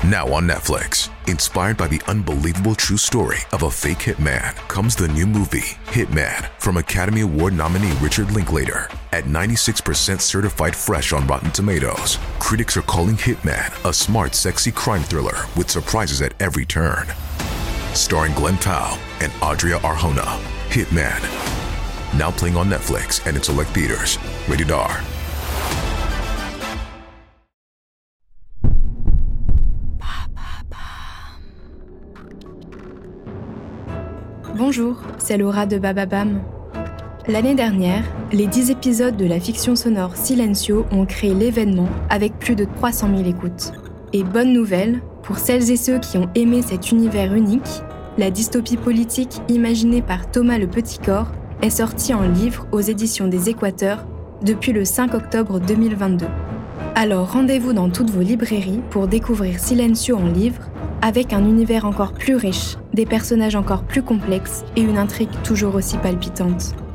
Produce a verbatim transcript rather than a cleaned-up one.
Now on Netflix, inspired by the unbelievable true story of a fake hitman, comes the new movie, Hitman, from Academy Award nominee Richard Linklater. At ninety-six percent certified fresh on Rotten Tomatoes, critics are calling Hitman a smart, sexy crime thriller with surprises at every turn. Starring Glenn Powell and Adria Arjona, Hitman. Now playing on Netflix and in select theaters. Rated R. Bonjour, c'est Laura de Bababam. L'année dernière, les dix épisodes de la fiction sonore Silencio ont créé l'événement avec plus de trois cent mille écoutes. Et bonne nouvelle, pour celles et ceux qui ont aimé cet univers unique, la dystopie politique imaginée par Thomas Le Petit-Corps est sortie en livre aux éditions des Équateurs depuis le cinq octobre deux mille vingt-deux. Alors rendez-vous dans toutes vos librairies pour découvrir Silencio en livre, avec un univers encore plus riche, des personnages encore plus complexes et une intrigue toujours aussi palpitante.